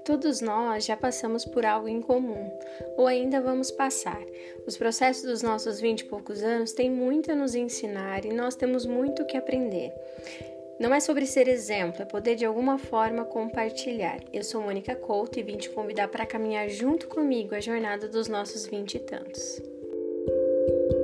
Todos nós já passamos por algo em comum, ou ainda vamos passar. Os processos dos nossos 20 e poucos anos têm muito a nos ensinar e nós temos muito o que aprender. Não é sobre ser exemplo, é poder de alguma forma compartilhar. Eu sou Mônica Couto e vim te convidar para caminhar junto comigo a jornada dos nossos 20 e tantos.